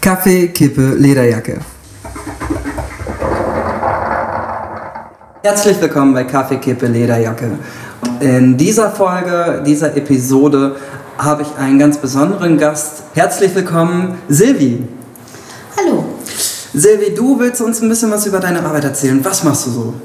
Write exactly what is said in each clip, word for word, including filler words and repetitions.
Kaffee, Kippe, Lederjacke. Herzlich willkommen bei Kaffee, Kippe, Lederjacke. In dieser Folge, dieser Episode habe ich einen ganz besonderen Gast. Herzlich willkommen, Silvi. Hallo. Silvi, du willst uns ein bisschen was über deine Arbeit erzählen. Was machst du so?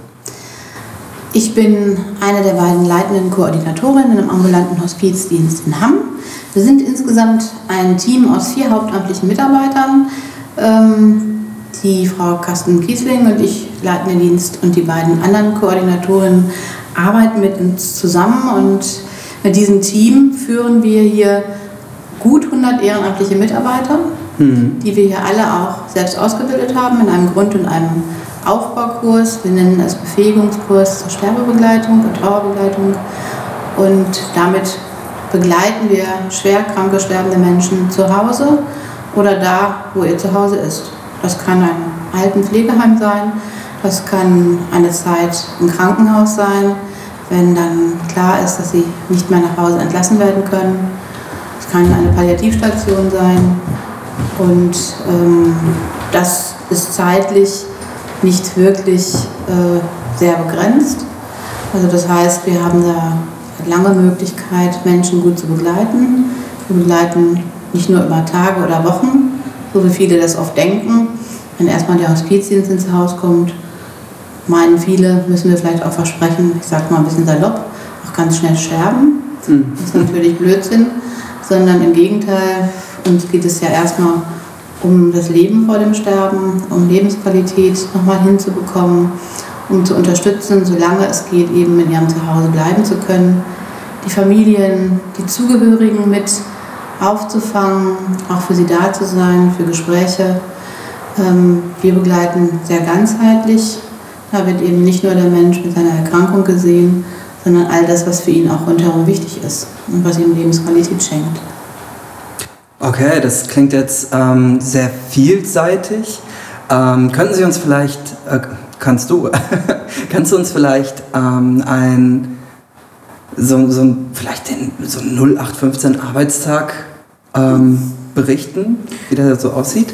Ich bin eine der beiden leitenden Koordinatorinnen im ambulanten Hospizdienst in Hamm. Wir sind insgesamt ein Team aus vier hauptamtlichen Mitarbeitern. Ähm, die Frau Carsten Kiesling und ich leiten den Dienst und die beiden anderen Koordinatorinnen arbeiten mit uns zusammen. Und mit diesem Team führen wir hier gut hundert ehrenamtliche Mitarbeiter, mhm. die wir hier alle auch selbst ausgebildet haben in einem Grund- und einem Aufbaukurs. Wir nennen es Befähigungskurs zur Sterbebegleitung und Trauerbegleitung. Und damit begleiten wir schwerkranke, sterbende Menschen zu Hause oder da, wo ihr zu Hause ist. Das kann ein Altenpflegeheim sein, das kann eine Zeit im Krankenhaus sein, wenn dann klar ist, dass sie nicht mehr nach Hause entlassen werden können. Es kann eine Palliativstation sein und ähm, das ist zeitlich nicht wirklich äh, sehr begrenzt. Also das heißt, wir haben da lange Möglichkeit, Menschen gut zu begleiten. Wir begleiten nicht nur über Tage oder Wochen, so wie viele das oft denken. Wenn erstmal der Hospizdienst ins Haus kommt, meinen viele, müssen wir vielleicht auch versprechen, ich sage mal ein bisschen salopp, auch ganz schnell sterben. Mhm. Das ist natürlich Blödsinn, sondern im Gegenteil, uns geht es ja erstmal um das Leben vor dem Sterben, um Lebensqualität nochmal hinzubekommen, um zu unterstützen, solange es geht, eben in ihrem Zuhause bleiben zu können, die Familien, die Zugehörigen mit aufzufangen, auch für sie da zu sein, für Gespräche. Wir begleiten sehr ganzheitlich. Da wird eben nicht nur der Mensch mit seiner Erkrankung gesehen, sondern all das, was für ihn auch rundherum wichtig ist und was ihm Lebensqualität schenkt. Okay, das klingt jetzt ähm, sehr vielseitig. Ähm, könnten Sie uns vielleicht, äh, kannst du, kannst du uns vielleicht ähm, ein, so, so, vielleicht den, so einen null acht fünfzehn Arbeitstag ähm, berichten, wie der so aussieht?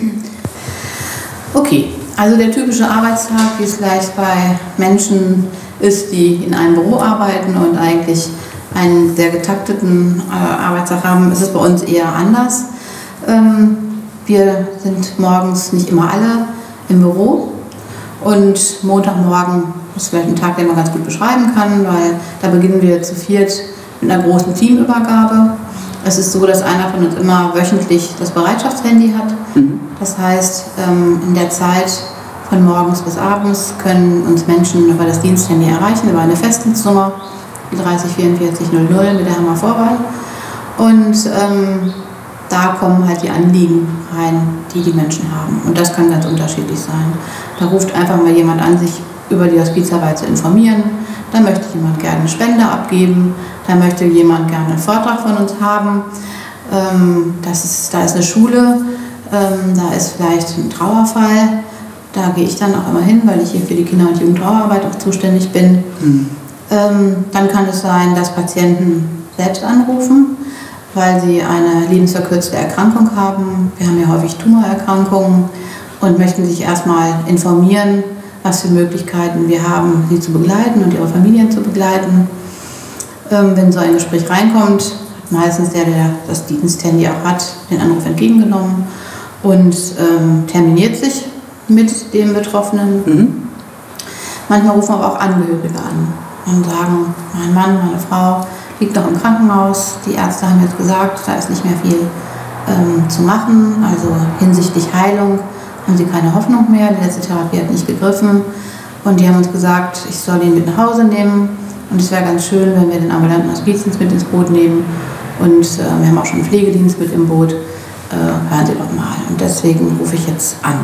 Okay, also der typische Arbeitstag, wie es vielleicht bei Menschen ist, die in einem Büro arbeiten und eigentlich einen sehr getakteten äh, Arbeitstag haben, ist es bei uns eher anders. Ähm, wir sind morgens nicht immer alle im Büro und Montagmorgen ist vielleicht ein Tag, den man ganz gut beschreiben kann, weil da beginnen wir zu viert mit einer großen Teamübergabe. Es ist so, dass einer von uns immer wöchentlich das Bereitschaftshandy hat. Mhm. Das heißt, ähm, in der Zeit von morgens bis abends können uns Menschen über das Diensthandy erreichen, über eine Festnetznummer, die dreißig vierundvierzig null null mit der Hammer-Vorwahl. Und ähm, da kommen halt die Anliegen rein, die die Menschen haben. Und das kann ganz unterschiedlich sein. Da ruft einfach mal jemand an, sich über die Hospizarbeit zu informieren. Da möchte jemand gerne eine Spende abgeben. Da möchte jemand gerne einen Vortrag von uns haben. Ähm, das ist, da ist eine Schule, ähm, da ist vielleicht ein Trauerfall. Da gehe ich dann auch immer hin, weil ich hier für die Kinder- und Jugendtrauerarbeit auch zuständig bin. Mhm. Ähm, dann kann es sein, dass Patienten selbst anrufen, weil sie eine lebensverkürzte Erkrankung haben. Wir haben ja häufig Tumorerkrankungen und möchten sich erstmal informieren, was für Möglichkeiten wir haben, sie zu begleiten und ihre Familien zu begleiten. Ähm, wenn so ein Gespräch reinkommt, hat meistens der, der das Diensthandy auch hat, den Anruf entgegengenommen und ähm, terminiert sich mit dem Betroffenen. Mhm. Manchmal rufen aber auch Angehörige an und sagen, mein Mann, meine Frau liegt noch im Krankenhaus, die Ärzte haben jetzt gesagt, da ist nicht mehr viel ähm, zu machen, also hinsichtlich Heilung haben sie keine Hoffnung mehr, die letzte Therapie hat nicht gegriffen und die haben uns gesagt, ich soll ihn mit nach Hause nehmen und es wäre ganz schön, wenn wir den ambulanten Hospizdienst mit ins Boot nehmen und äh, wir haben auch schon einen Pflegedienst mit im Boot, äh, hören Sie doch mal und deswegen rufe ich jetzt an.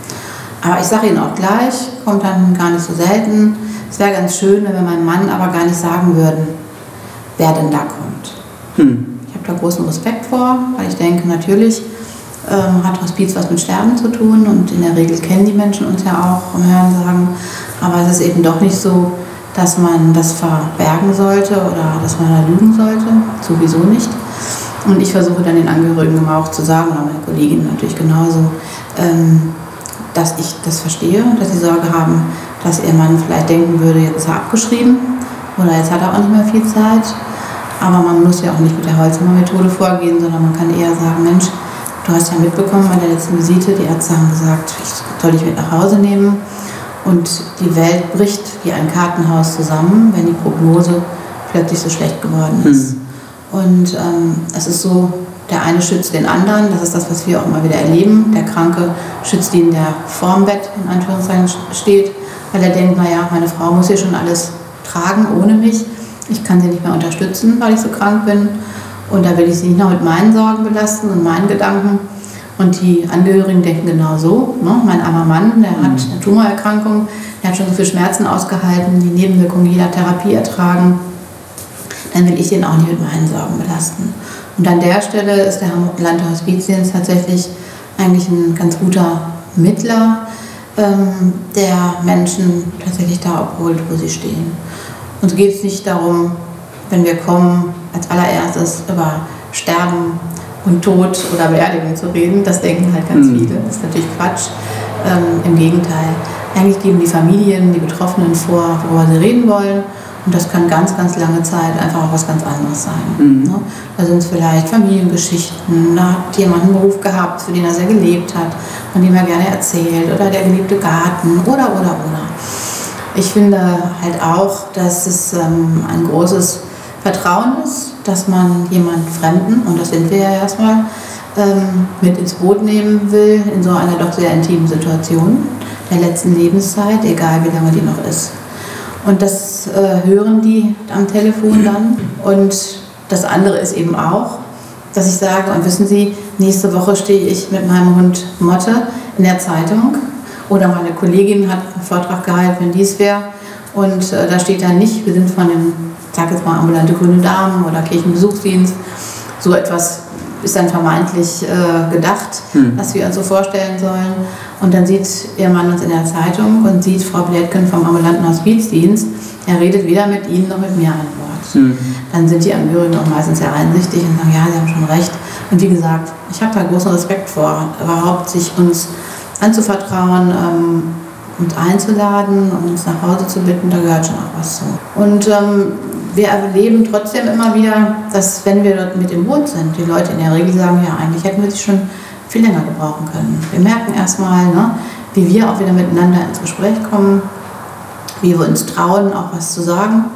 Aber ich sage Ihnen auch gleich, kommt dann gar nicht so selten, es wäre ganz schön, wenn wir meinem Mann aber gar nicht sagen würden, wer denn da kommt. Hm. Ich habe da großen Respekt vor, weil ich denke, natürlich ähm, hat Hospiz was mit Sterben zu tun und in der Regel kennen die Menschen uns ja auch vom Hören sagen, aber es ist eben doch nicht so, dass man das verbergen sollte oder dass man da lügen sollte, sowieso nicht. Und ich versuche dann den Angehörigen immer auch zu sagen, oder meine Kolleginnen natürlich genauso, ähm, dass ich das verstehe, dass sie Sorge haben, dass ihr Mann vielleicht denken würde, jetzt ist er abgeschrieben oder jetzt hat er auch nicht mehr viel Zeit. Aber man muss ja auch nicht mit der Holzhammer-Methode vorgehen, sondern man kann eher sagen, Mensch, du hast ja mitbekommen bei der letzten Visite, die Ärzte haben gesagt, ich soll dich mit nach Hause nehmen. Und die Welt bricht wie ein Kartenhaus zusammen, wenn die Prognose plötzlich so schlecht geworden ist. Hm. Und ähm, es ist so, der eine schützt den anderen, das ist das, was wir auch immer wieder erleben. Der Kranke schützt ihn, der vorm Bett in Anführungszeichen steht, weil er denkt, naja, meine Frau muss hier schon alles tragen ohne mich. Ich kann sie nicht mehr unterstützen, weil ich so krank bin. Und da will ich sie nicht noch mit meinen Sorgen belasten und meinen Gedanken. Und die Angehörigen denken genau so. Ne? Mein armer Mann, der hat eine Tumorerkrankung, der hat schon so viel Schmerzen ausgehalten, die Nebenwirkungen jeder Therapie ertragen. Dann will ich den auch nicht mit meinen Sorgen belasten. Und an der Stelle ist der Ambulanter Hospizdienst tatsächlich eigentlich ein ganz guter Mittler, ähm, der Menschen tatsächlich da abholt, wo sie stehen. Uns geht es nicht darum, wenn wir kommen, als allererstes über Sterben und Tod oder Beerdigung zu reden. Das denken halt ganz mhm. viele. Das ist natürlich Quatsch. Ähm, Im Gegenteil. Eigentlich geben die Familien, die Betroffenen vor, worüber sie reden wollen. Und das kann ganz, ganz lange Zeit einfach auch was ganz anderes sein. Mhm. Ne? Da sind es vielleicht Familiengeschichten, da hat jemand einen Beruf gehabt, für den er sehr gelebt hat, von dem er gerne erzählt, oder der geliebte Garten, oder, oder, oder. Ich finde halt auch, dass es ähm, ein großes Vertrauen ist, dass man jemanden Fremden, und das sind wir ja erstmal, ähm, mit ins Boot nehmen will in so einer doch sehr intimen Situation der letzten Lebenszeit, egal wie lange die noch ist. Und das äh, hören die am Telefon dann. Und das andere ist eben auch, dass ich sage, und wissen Sie, nächste Woche stehe ich mit meinem Hund Motte in der Zeitung. Oder meine Kollegin hat einen Vortrag gehalten, wenn dies wäre. Und äh, da steht dann nicht, wir sind von dem, ich sage jetzt mal, ambulante grüne Damen oder Kirchenbesuchsdienst. So etwas ist dann vermeintlich äh, gedacht, hm. was wir uns so vorstellen sollen. Und dann sieht ihr Mann uns in der Zeitung und sieht Frau Blätken vom ambulanten Hospizdienst. Er redet weder mit Ihnen noch mit mir ein Wort. Mhm. Dann sind die Angehörigen auch meistens sehr einsichtig und sagen, ja, Sie haben schon recht. Und wie gesagt, ich habe da großen Respekt vor, überhaupt sich uns anzuvertrauen, ähm, uns einzuladen und uns nach Hause zu bitten, da gehört schon auch was zu. Und ähm, wir erleben trotzdem immer wieder, dass wenn wir dort mit im Boot sind, die Leute in der Regel sagen, ja, eigentlich hätten wir sie schon viel länger gebrauchen können. Wir merken erstmal, ne, wie wir auch wieder miteinander ins Gespräch kommen, wie wir uns trauen, auch was zu sagen,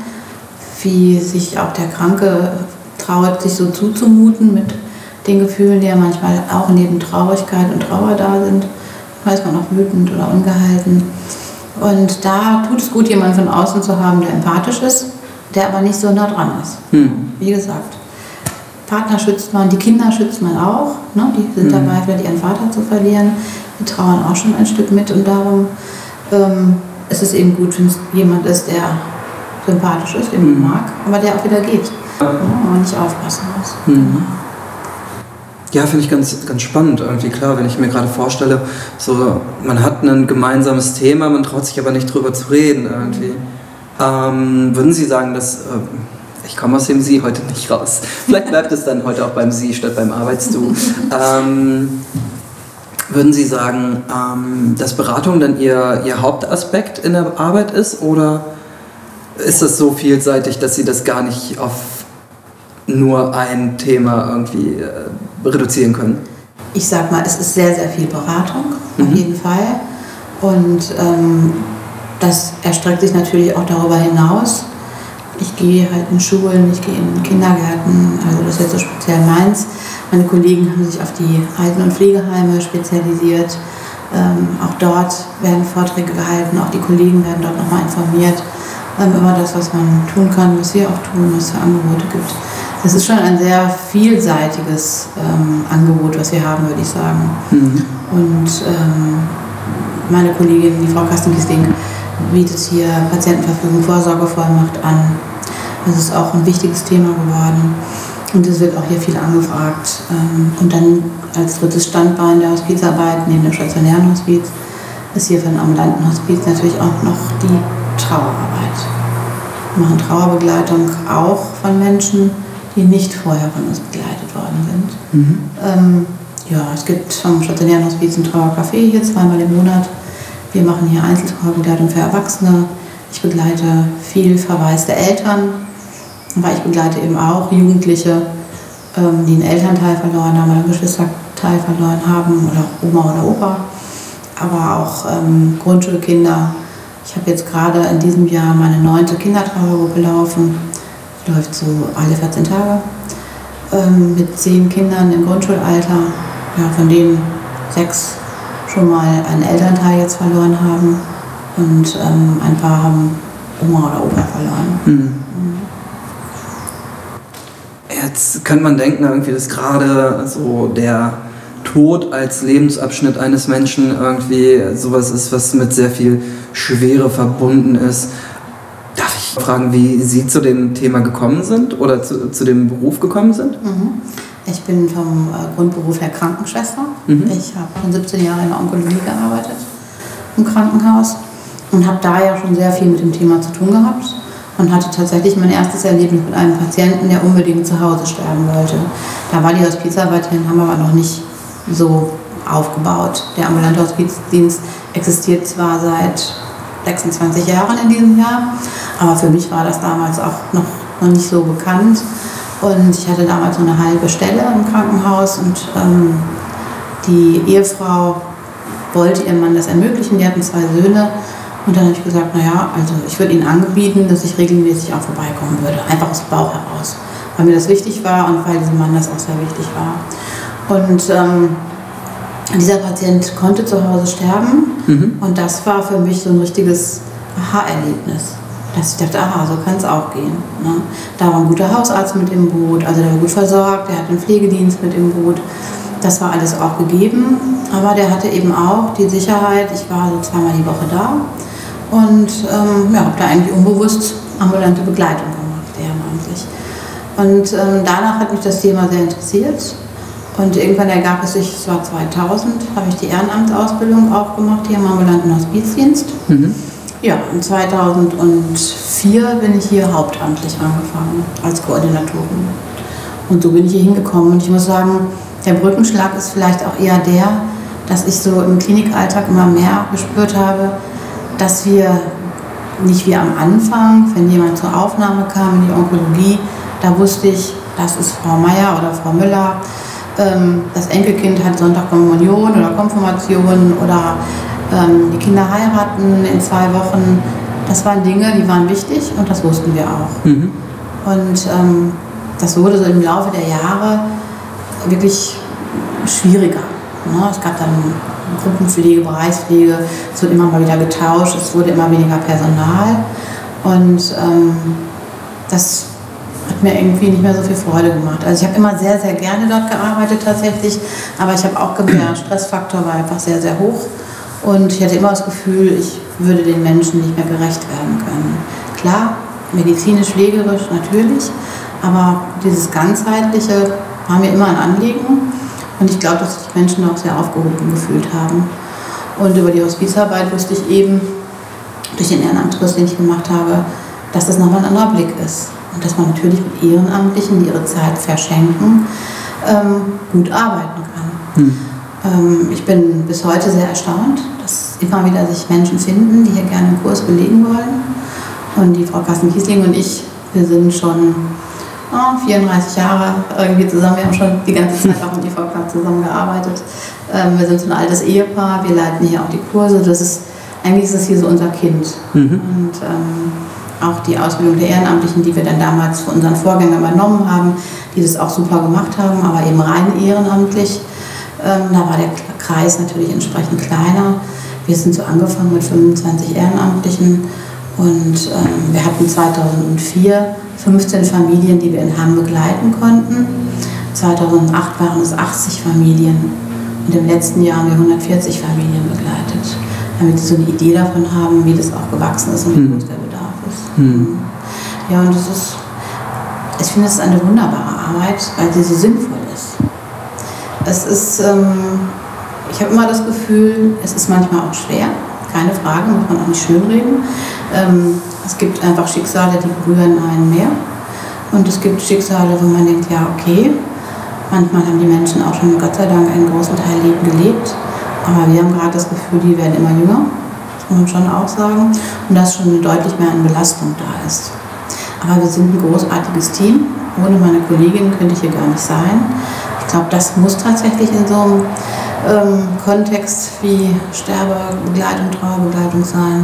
wie sich auch der Kranke traut, sich so zuzumuten mit den Gefühlen, die ja manchmal auch neben Traurigkeit und Trauer da sind. Da ist man auch wütend oder ungehalten. Und da tut es gut, jemanden von außen zu haben, der empathisch ist, der aber nicht so nah dran ist. Hm. Wie gesagt, Partner schützt man, die Kinder schützt man auch. Ne? Die sind mhm. dabei, vielleicht ihren Vater zu verlieren. Die trauern auch schon ein Stück mit. Und darum ähm, ist es eben gut, wenn es jemand ist, der sympathisch ist, den man mag, aber der auch wieder geht. Ja, wo man nicht aufpassen muss. Mhm. Ja, finde ich ganz, ganz spannend. Irgendwie klar, wenn ich mir gerade vorstelle, so, man hat ein gemeinsames Thema, man traut sich aber nicht drüber zu reden irgendwie. Ähm, würden Sie sagen, dass... Äh, ich komme aus dem Sie heute nicht raus. Vielleicht bleibt es dann heute auch beim Sie statt beim Arbeits-Du. ähm, würden Sie sagen, ähm, dass Beratung dann Ihr, Ihr Hauptaspekt in der Arbeit ist? Oder ist das so vielseitig, dass Sie das gar nicht auf nur ein Thema irgendwie äh, reduzieren können? Ich sag mal, es ist sehr, sehr viel Beratung, mhm. auf jeden Fall. Und ähm, das erstreckt sich natürlich auch darüber hinaus. Ich gehe halt in Schulen, ich gehe in Kindergärten, also das ist jetzt so speziell meins. Meine Kollegen haben sich auf die Alten- und Pflegeheime spezialisiert. Ähm, auch dort werden Vorträge gehalten, auch die Kollegen werden dort nochmal informiert ähm, über das, was man tun kann, was wir auch tun, was es für Angebote gibt. Das ist schon ein sehr vielseitiges ähm, Angebot, was wir haben, würde ich sagen. Mhm. Und ähm, meine Kollegin, die Frau Kastenkiesling, bietet hier Patientenverfügung, Vorsorgevollmacht an. Das ist auch ein wichtiges Thema geworden und es wird auch hier viel angefragt. Und dann als drittes Standbein der Hospizarbeit neben dem stationären Hospiz ist hier für den ambulanten Hospiz natürlich auch noch die Trauerarbeit. Wir machen Trauerbegleitung auch von Menschen, die nicht vorher von uns begleitet worden sind. Mhm. Ähm, ja, es gibt vom stationären Hospiz ein Trauercafé hier zweimal im Monat. Wir machen hier Einzeltrauerbegleitung für Erwachsene. Ich begleite viel verwaiste Eltern, aber ich begleite eben auch Jugendliche, ähm, die einen Elternteil verloren haben oder einen Geschwisterteil verloren haben oder Oma oder Opa, aber auch ähm, Grundschulkinder. Ich habe jetzt gerade in diesem Jahr meine neunte Kindertrauergruppe laufen, läuft so alle vierzehn Tage, ähm, mit zehn Kindern im Grundschulalter, ja, von denen sechs schon mal einen Elternteil jetzt verloren haben und ähm, ein paar haben Oma oder Opa verloren. Mhm. Mhm. Jetzt könnte man denken, irgendwie, dass gerade so der Tod als Lebensabschnitt eines Menschen irgendwie sowas ist, was mit sehr viel Schwere verbunden ist. Darf ich fragen, wie Sie zu dem Thema gekommen sind oder zu, zu dem Beruf gekommen sind? Mhm. Ich bin vom äh, Grundberuf her Krankenschwester. Mhm. Ich habe schon siebzehn Jahre in der Onkologie gearbeitet, im Krankenhaus, und habe da ja schon sehr viel mit dem Thema zu tun gehabt und hatte tatsächlich mein erstes Erlebnis mit einem Patienten, der unbedingt zu Hause sterben wollte. Da war die Hospizarbeit in Hamburg aber noch nicht so aufgebaut. Der ambulante Hospizdienst existiert zwar seit sechsundzwanzig Jahren in diesem Jahr, aber für mich war das damals auch noch, noch nicht so bekannt. Und ich hatte damals so eine halbe Stelle im Krankenhaus und ähm, die Ehefrau wollte ihrem Mann das ermöglichen. Die hatten zwei Söhne und dann habe ich gesagt, naja, also ich würde ihnen angeboten, dass ich regelmäßig auch vorbeikommen würde, einfach aus dem Bauch heraus, weil mir das wichtig war und weil diesem Mann das auch sehr wichtig war. Und ähm, dieser Patient konnte zu Hause sterben, mhm. und das war für mich so ein richtiges Aha-Erlebnis. Dass ich dachte, aha, so kann es auch gehen. Ne? Da war ein guter Hausarzt mit im Boot, also der war gut versorgt, der hat einen Pflegedienst mit im Boot. Das war alles auch gegeben, aber der hatte eben auch die Sicherheit, ich war so zweimal die Woche da und ähm, ja, habe da eigentlich unbewusst ambulante Begleitung gemacht, ehrenamtlich. Und ähm, danach hat mich das Thema sehr interessiert und irgendwann ergab es sich, es war zweitausend, habe ich die Ehrenamtsausbildung auch gemacht hier im ambulanten Hospizdienst. Mhm. Ja, und zweitausendvier bin ich hier hauptamtlich angefangen als Koordinatorin. Und so bin ich hier hingekommen. Und ich muss sagen, der Brückenschlag ist vielleicht auch eher der, dass ich so im Klinikalltag immer mehr gespürt habe, dass wir nicht wie am Anfang, wenn jemand zur Aufnahme kam in die Onkologie, da wusste ich, das ist Frau Meier oder Frau Müller, ähm, das Enkelkind hat Sonntag Kommunion oder Konfirmation oder die Kinder heiraten in zwei Wochen. Das waren Dinge, die waren wichtig und das wussten wir auch. Mhm. Und ähm, das wurde so im Laufe der Jahre wirklich schwieriger. Ne? Es gab dann Gruppenpflege, Bereichspflege, es wurde immer mal wieder getauscht, es wurde immer weniger Personal und ähm, das hat mir irgendwie nicht mehr so viel Freude gemacht. Also ich habe immer sehr, sehr gerne dort gearbeitet tatsächlich, aber ich habe auch gemerkt, Stressfaktor war einfach sehr, sehr hoch. Und ich hatte immer das Gefühl, ich würde den Menschen nicht mehr gerecht werden können. Klar, medizinisch, pflegerisch natürlich, aber dieses Ganzheitliche war mir immer ein Anliegen. Und ich glaube, dass sich die Menschen auch sehr aufgehoben gefühlt haben. Und über die Hospizarbeit wusste ich eben, durch den Ehrenamtskurs, den ich gemacht habe, dass das nochmal ein anderer Blick ist. Und dass man natürlich mit Ehrenamtlichen, die ihre Zeit verschenken, ähm, gut arbeiten kann. Hm. Ich bin bis heute sehr erstaunt, dass immer wieder sich Menschen finden, die hier gerne einen Kurs belegen wollen. Und die Frau Kasten-Kiesling und ich, wir sind schon oh, vierunddreißig Jahre irgendwie zusammen. Wir haben schon die ganze Zeit auch mit I V K zusammengearbeitet. Wir sind so ein altes Ehepaar, wir leiten hier auch die Kurse. Das ist, eigentlich ist das hier so unser Kind. Mhm. Und ähm, auch die Ausbildung der Ehrenamtlichen, die wir dann damals von unseren Vorgängern übernommen haben, die das auch super gemacht haben, aber eben rein ehrenamtlich. Ähm, da war der Kreis natürlich entsprechend kleiner. Wir sind so angefangen mit fünfundzwanzig Ehrenamtlichen und ähm, wir hatten zweitausendvier fünfzehn Familien, die wir in Hamm begleiten konnten. zweitausendacht waren es achtzig Familien und im letzten Jahr haben wir hundertvierzig Familien begleitet, damit sie so eine Idee davon haben, wie das auch gewachsen ist und wie groß der Bedarf ist. Mhm. Ja, und das ist, ich finde, es ist eine wunderbare Arbeit, weil sie so sinnvoll ist. Es ist, ähm, ich habe immer das Gefühl, es ist manchmal auch schwer, keine Frage, muss man auch nicht schönreden. Ähm, es gibt einfach Schicksale, die berühren einen mehr. Und es gibt Schicksale, wo man denkt, ja okay, Manchmal haben die Menschen auch schon, Gott sei Dank, einen großen Teil Leben gelebt. Aber wir haben gerade das Gefühl, die werden immer jünger, das muss man schon auch sagen. Und dass schon deutlich mehr an Belastung da ist. Aber wir sind ein großartiges Team. Ohne meine Kollegin könnte ich hier gar nicht sein. Ich glaube, das muss tatsächlich in so einem ähm, Kontext wie Sterbebegleitung, Trauerbegleitung sein.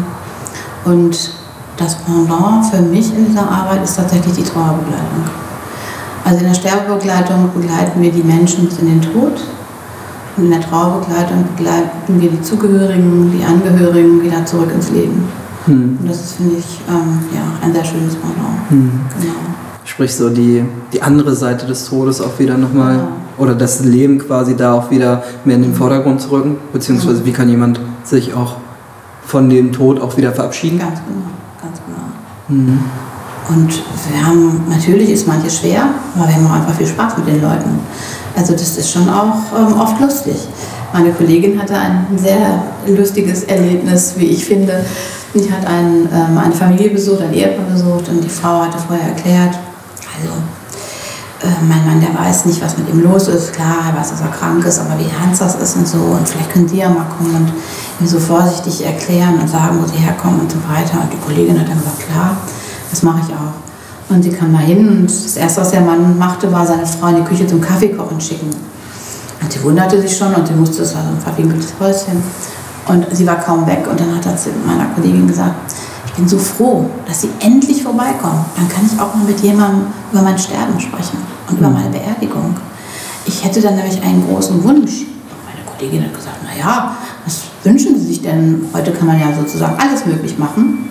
Und das Pendant für mich in dieser Arbeit ist tatsächlich die Trauerbegleitung. Also in der Sterbebegleitung begleiten wir die Menschen bis in den Tod. Und in der Trauerbegleitung begleiten wir die Zugehörigen, die Angehörigen wieder zurück ins Leben. Hm. Und das ist, finde ich, ähm, ja, ein sehr schönes Pendant. Hm. Genau. Sprich so die, die andere Seite des Todes auch wieder nochmal, genau. Oder das Leben quasi da auch wieder mehr in den Vordergrund zu rücken, beziehungsweise wie kann jemand sich auch von dem Tod auch wieder verabschieden? Ganz genau, ganz genau. Mhm. Und wir haben, natürlich ist manches schwer, aber wir haben auch einfach viel Spaß mit den Leuten. Also das ist schon auch ähm, oft lustig. Meine Kollegin hatte ein sehr lustiges Erlebnis, wie ich finde. Ich hatte einen, ähm, eine Familie besucht, ein Ehepaar besucht und die Frau hatte vorher erklärt, also äh, mein Mann, der weiß nicht, was mit ihm los ist. Klar, er weiß, dass er krank ist, aber wie ernst das ist und so. Und vielleicht können Sie ja mal kommen und ihm so vorsichtig erklären und sagen, wo Sie herkommen und so weiter. Und die Kollegin hat dann gesagt, klar, das mache ich auch. Und sie kam da hin und das Erste, was der Mann machte, war seine Frau in die Küche zum Kaffeekochen schicken. Und sie wunderte sich schon und sie musste, es war so ein verwinkeltes Häuschen. Und sie war kaum weg und dann hat er zu meiner Kollegin gesagt, ich bin so froh, dass Sie endlich vorbeikommen. Dann kann ich auch mal mit jemandem über mein Sterben sprechen und über meine Beerdigung. Ich hätte dann nämlich einen großen Wunsch. Und meine Kollegin hat gesagt, naja, was wünschen Sie sich denn? Heute kann man ja sozusagen alles möglich machen.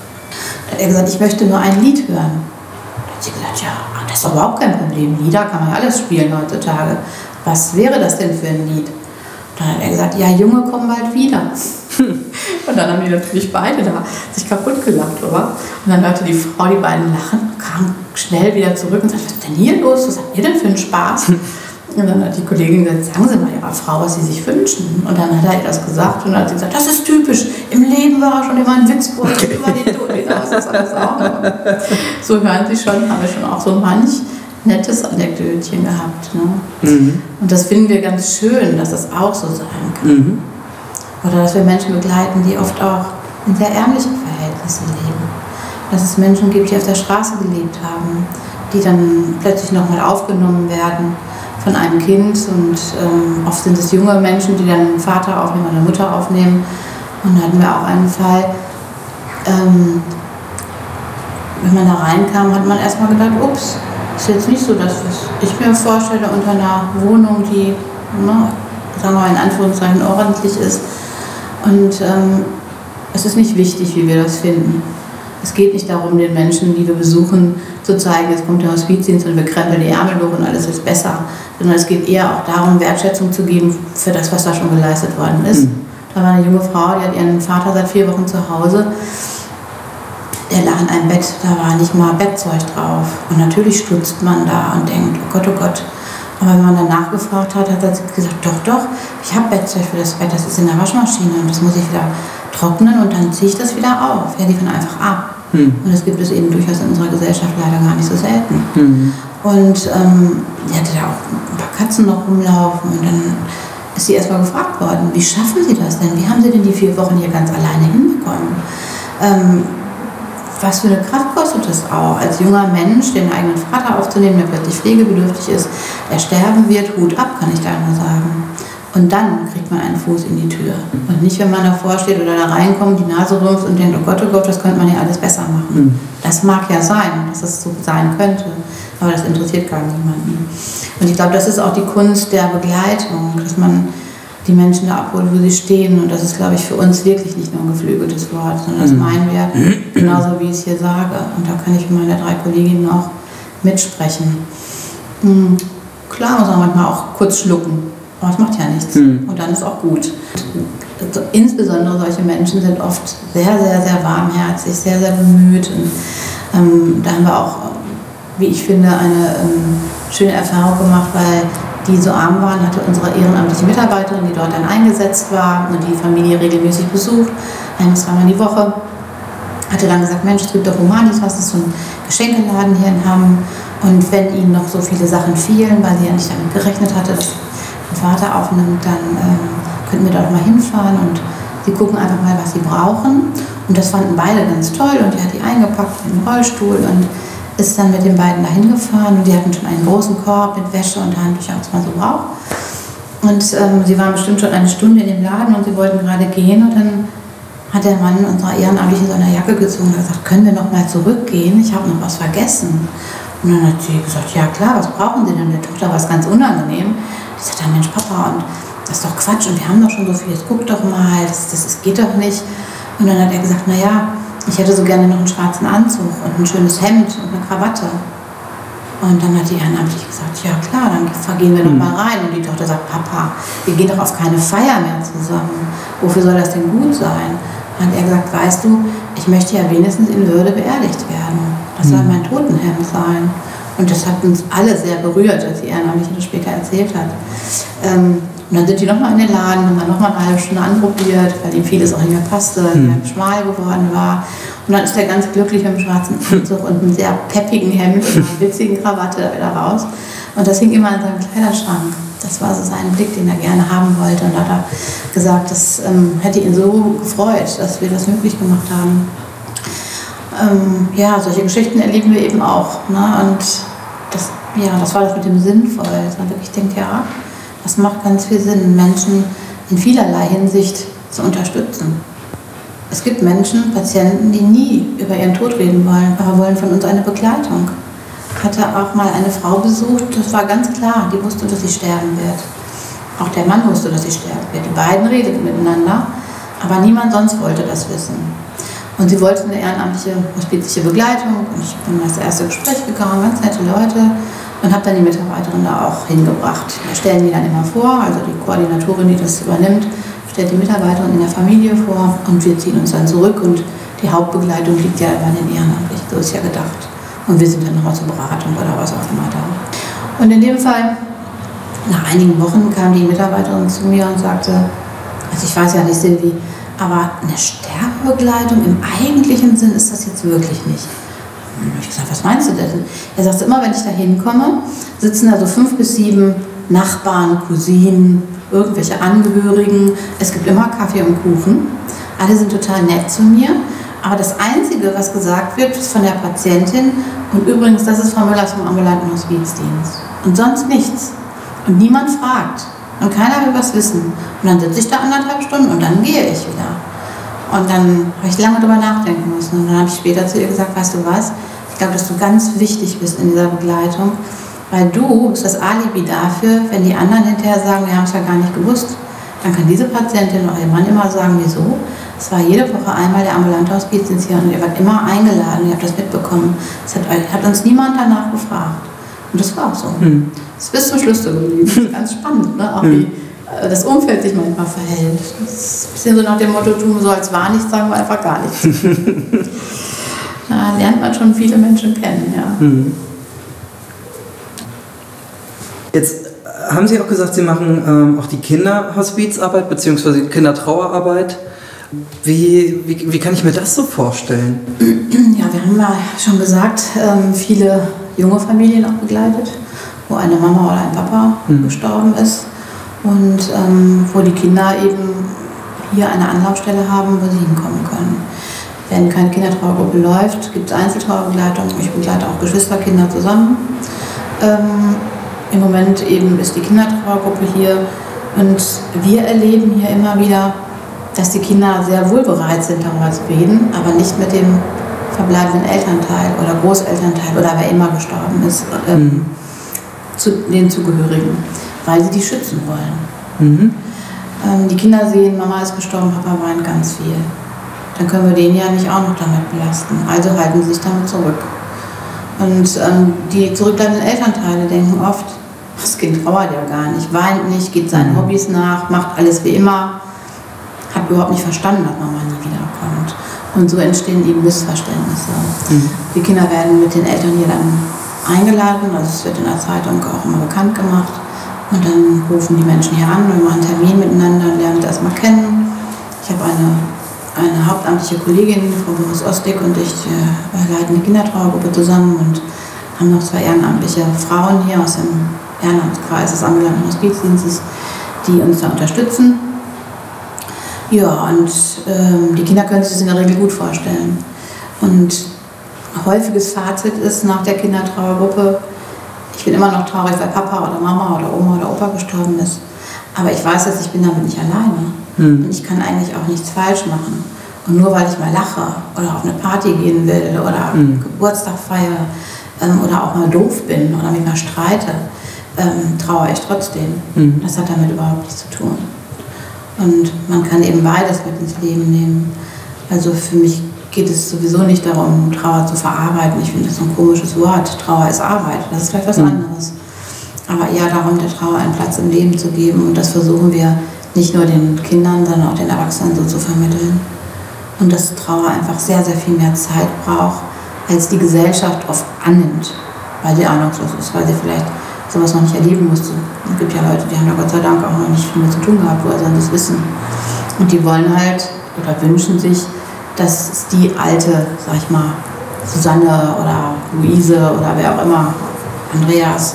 Da hat er gesagt, ich möchte nur ein Lied hören. Da hat sie gesagt, ja, das ist doch überhaupt kein Problem. Lieder kann man ja alles spielen heutzutage. Was wäre das denn für ein Lied? Dann hat er gesagt, ja, Junge, kommen bald wieder. Und dann haben die natürlich beide da sich kaputt gelacht, oder? Und dann hörte die Frau die beiden lachen, kam schnell wieder zurück und sagte, was ist denn hier los? Was habt ihr denn für einen Spaß? Und dann hat die Kollegin gesagt, sagen Sie mal Ihrer Frau, was Sie sich wünschen. Und dann hat er ihr das gesagt und dann hat sie gesagt, das ist typisch. Im Leben war er schon immer ein Witzbold und über den Tod hinaus ist alles auch noch. So hören Sie schon, haben wir schon auch so manch nettes Anekdötchen gehabt. Ne? Mhm. Und das finden wir ganz schön, dass das auch so sein kann. Mhm. Oder dass wir Menschen begleiten, die oft auch in sehr ärmlichen Verhältnissen leben. Dass es Menschen gibt, die auf der Straße gelebt haben, die dann plötzlich nochmal aufgenommen werden von einem Kind. Und ähm, oft sind es junge Menschen, die dann einen Vater aufnehmen oder eine Mutter aufnehmen. Und da hatten wir auch einen Fall, ähm, wenn man da reinkam, hat man erstmal gedacht, ups, ist jetzt nicht so, dass ich mir vorstelle unter einer Wohnung, die, ne, sagen wir mal in Anführungszeichen, ordentlich ist. Und ähm, es ist nicht wichtig, wie wir das finden. Es geht nicht darum, den Menschen, die wir besuchen, zu zeigen, jetzt kommt der Hospizdienst und wir krempeln die Ärmel hoch und alles ist besser. Sondern es geht eher auch darum, Wertschätzung zu geben für das, was da schon geleistet worden ist. Mhm. Da war eine junge Frau, die hat ihren Vater seit vier Wochen zu Hause. Der lag in einem Bett, da war nicht mal Bettzeug drauf. Und natürlich stutzt man da und denkt, oh Gott, oh Gott. Aber wenn man dann nachgefragt hat, hat er gesagt, doch, doch, ich habe Bettzeug für das Bett, das ist in der Waschmaschine und das muss ich wieder trocknen und dann ziehe ich das wieder auf. Ja, die können einfach ab. Hm. Und das gibt es eben durchaus in unserer Gesellschaft leider gar nicht so selten. Hm. Und ähm, die hatte da auch ein paar Katzen noch rumlaufen und dann ist sie erstmal gefragt worden, wie schaffen Sie das denn? Wie haben Sie denn die vier Wochen hier ganz alleine hinbekommen? Ähm, Was für eine Kraft kostet es auch, als junger Mensch den eigenen Vater aufzunehmen, der plötzlich pflegebedürftig ist, der sterben wird, Hut ab, kann ich da nur sagen. Und dann kriegt man einen Fuß in die Tür. Und nicht, wenn man davor steht oder da reinkommt, die Nase rümpft und denkt, oh Gott, oh Gott, das könnte man ja alles besser machen. Das mag ja sein, dass es so sein könnte, aber das interessiert gar niemanden. Und ich glaube, das ist auch die Kunst der Begleitung, dass man die Menschen da abholen, wo sie stehen. Und das ist, glaube ich, für uns wirklich nicht nur ein geflügeltes Wort, sondern das meinen wir genauso, wie ich es hier sage. Und da kann ich für meine drei Kolleginnen auch mitsprechen. Mhm. Klar muss man manchmal auch kurz schlucken, aber es macht ja nichts. Mhm. Und dann ist auch gut. Also, insbesondere solche Menschen sind oft sehr, sehr, sehr warmherzig, sehr, sehr bemüht. Und ähm, da haben wir auch, wie ich finde, eine ähm, schöne Erfahrung gemacht, weil die so arm waren, hatte unsere ehrenamtliche Mitarbeiterin, die dort dann eingesetzt war und die Familie regelmäßig besucht, ein bis zweimal die Woche, hatte dann gesagt, Mensch, es gibt doch Humanitas, das ist so ein Geschenkeladen hier in Hamm Und wenn ihnen noch so viele Sachen fehlen, weil sie ja nicht damit gerechnet hatte, dass der Vater aufnimmt, dann ähm, könnten wir dort mal hinfahren und sie gucken einfach mal, was sie brauchen. Und das fanden beide ganz toll und die hat die eingepackt in den Rollstuhl und ist dann mit den beiden dahin gefahren und die hatten schon einen großen Korb mit Wäsche und Handtüchern, was man so braucht. Und ähm, sie waren bestimmt schon eine Stunde in dem Laden und sie wollten gerade gehen und dann hat der Mann unserer Ehrenamtlichen so eine Jacke gezogen und gesagt, können wir noch mal zurückgehen? Ich habe noch was vergessen. Und dann hat sie gesagt, ja klar, was brauchen Sie denn? Der Tochter war es ganz unangenehm. Die sagt dann, Mensch Papa, und das ist doch Quatsch und wir haben doch schon so viel, jetzt guck doch mal, das, das, das geht doch nicht. Und dann hat er gesagt, naja, ich hätte so gerne noch einen schwarzen Anzug und ein schönes Hemd und eine Krawatte. Und dann hat die Ehrenamtliche gesagt, ja klar, dann gehen wir noch mal rein. Und die Tochter sagt, Papa, wir gehen doch auf keine Feier mehr zusammen. Wofür soll das denn gut sein? Dann hat er gesagt, weißt du, ich möchte ja wenigstens in Würde beerdigt werden. Das soll mein Totenhemd sein. Und das hat uns alle sehr berührt, als die Ehrenamtliche das später erzählt hat. Ähm, und dann sind die nochmal in den Laden, haben dann nochmal eine halbe Stunde anprobiert, weil ihm vieles auch nicht mehr passte, mhm. sehr schmal geworden war. Und dann ist er ganz glücklich mit dem schwarzen Anzug und einem sehr peppigen Hemd und einer witzigen Krawatte wieder raus. Und das hing immer in seinem Kleiderschrank. Das war so sein Blick, den er gerne haben wollte. Und da hat er gesagt, das ähm, hätte ihn so gefreut, dass wir das möglich gemacht haben. Ähm, ja, solche Geschichten erleben wir eben auch. Ne? Und das, ja, das war das mit dem Sinnvoll, dass man wirklich denkt, ja, das macht ganz viel Sinn, Menschen in vielerlei Hinsicht zu unterstützen. Es gibt Menschen, Patienten, die nie über ihren Tod reden wollen, aber wollen von uns eine Begleitung. Ich hatte auch mal eine Frau besucht, das war ganz klar, die wusste, dass sie sterben wird. Auch der Mann wusste, dass sie sterben wird. Die beiden redeten miteinander, aber niemand sonst wollte das wissen. Und sie wollte eine ehrenamtliche, hospizliche Begleitung. Und ich bin in das erste Gespräch gegangen, ganz nette Leute, und habe dann die Mitarbeiterin da auch hingebracht. Wir stellen die dann immer vor, also die Koordinatorin, die das übernimmt, stellt die Mitarbeiterin in der Familie vor und wir ziehen uns dann zurück und die Hauptbegleitung liegt ja bei den Ehrenamtlichen, so ist ja gedacht. Und wir sind dann nochmal zur Beratung oder was auch immer da. Und in dem Fall, nach einigen Wochen kam die Mitarbeiterin zu mir und sagte, also ich weiß ja nicht, Silvi, aber eine Sterbebegleitung im eigentlichen Sinn ist das jetzt wirklich nicht. Und ich gesagt, was meinst du denn? Er sagte, immer wenn ich da hinkomme, sitzen da so fünf bis sieben Nachbarn, Cousinen, irgendwelche Angehörigen. Es gibt immer Kaffee und Kuchen. Alle sind total nett zu mir. Aber das Einzige, was gesagt wird, ist von der Patientin. Und übrigens, das ist Frau Müllers vom ambulanten Hospizdienst. Und sonst nichts. Und niemand fragt. Und keiner will was wissen. Und dann sitze ich da anderthalb Stunden und dann gehe ich wieder. Und dann habe ich lange darüber nachdenken müssen. Und dann habe ich später zu ihr gesagt, weißt du was, ich glaube, dass du ganz wichtig bist in dieser Begleitung, weil du bist das Alibi dafür, wenn die anderen hinterher sagen, wir haben es ja gar nicht gewusst, dann kann diese Patientin oder ihr Mann immer sagen, wieso? Es war jede Woche einmal der ambulante Hospizdienst hier und ihr wart immer eingeladen, ihr habt das mitbekommen. Es hat, hat uns niemand danach gefragt. Und das war auch so. Hm. Das ist bis zum Schluss so geblieben. Das ist ganz spannend, ne? Auch hm. wie das Umfeld sich manchmal verhält. Das ist ein bisschen so nach dem Motto, tun so als war nichts, sagen wir einfach gar nichts. Da lernt man schon viele Menschen kennen, ja. Hm. Jetzt haben Sie auch gesagt, Sie machen ähm, auch die Kinderhospizarbeit bzw. Kindertrauerarbeit. Wie, wie, wie kann ich mir das so vorstellen? Ja, wir haben ja schon gesagt, ähm, viele junge Familien auch begleitet, wo eine Mama oder ein Papa hm. gestorben ist und ähm, wo die Kinder eben hier eine Anlaufstelle haben, wo sie hinkommen können. Wenn keine Kindertrauergruppe läuft, gibt es Einzeltrauerbegleitung. Ich begleite auch Geschwisterkinder zusammen. Ähm, Im Moment eben ist die Kindertrauergruppe hier und wir erleben hier immer wieder, dass die Kinder sehr wohl bereit sind, darüber zu reden, aber nicht mit dem verbleibenden Elternteil oder Großelternteil oder wer immer gestorben ist, ähm, mhm. zu den Zugehörigen, weil sie die schützen wollen. Mhm. Ähm, die Kinder sehen, Mama ist gestorben, Papa weint ganz viel. Dann können wir den ja nicht auch noch damit belasten. Also halten sie sich damit zurück. Und ähm, die zurückbleibenden Elternteile denken oft, das Kind trauert ja gar nicht, weint nicht, geht seinen Hobbys nach, macht alles wie immer, hat überhaupt nicht verstanden, dass Mama nie wiederkommt. Und so entstehen eben Missverständnisse. Mhm. Die Kinder werden mit den Eltern hier dann eingeladen, also es wird in der Zeitung auch immer bekannt gemacht. Und dann rufen die Menschen hier an und machen einen Termin miteinander und lernen das erstmal kennen. Ich habe eine, eine hauptamtliche Kollegin, Frau Boris Ostig, und ich äh, leiten eine Kindertrauergruppe zusammen und haben noch zwei ehrenamtliche Frauen hier aus dem Ehrenamtskreis des ambulanten Hospizdienstes, die uns da unterstützen. Ja, und ähm, die Kinder können sich das in der Regel gut vorstellen. Und häufiges Fazit ist nach der Kindertrauergruppe, ich bin immer noch traurig, weil Papa oder Mama oder Oma oder Opa gestorben ist. Aber ich weiß jetzt, ich bin damit nicht alleine. Hm. Und ich kann eigentlich auch nichts falsch machen. Und nur weil ich mal lache oder auf eine Party gehen will oder hm. Geburtstag feiere ähm, oder auch mal doof bin oder mich mal streite, ähm, trauere ich trotzdem. Hm. Das hat damit überhaupt nichts zu tun. Und man kann eben beides mit ins Leben nehmen. Also für mich geht es sowieso nicht darum, Trauer zu verarbeiten. Ich finde das so ein komisches Wort. Trauer ist Arbeit. Das ist vielleicht was anderes. Aber eher darum, der Trauer einen Platz im Leben zu geben. Und das versuchen wir nicht nur den Kindern, sondern auch den Erwachsenen so zu vermitteln. Und dass Trauer einfach sehr, sehr viel mehr Zeit braucht, als die Gesellschaft oft annimmt, weil sie ahnungslos ist, weil sie vielleicht sowas noch nicht erleben musste. Es gibt ja Leute, die haben da Gott sei Dank auch noch nicht viel mit zu tun gehabt, woher sollen das wissen. Und die wollen halt oder wünschen sich, dass es die alte, sag ich mal, Susanne oder Luise oder wer auch immer, Andreas,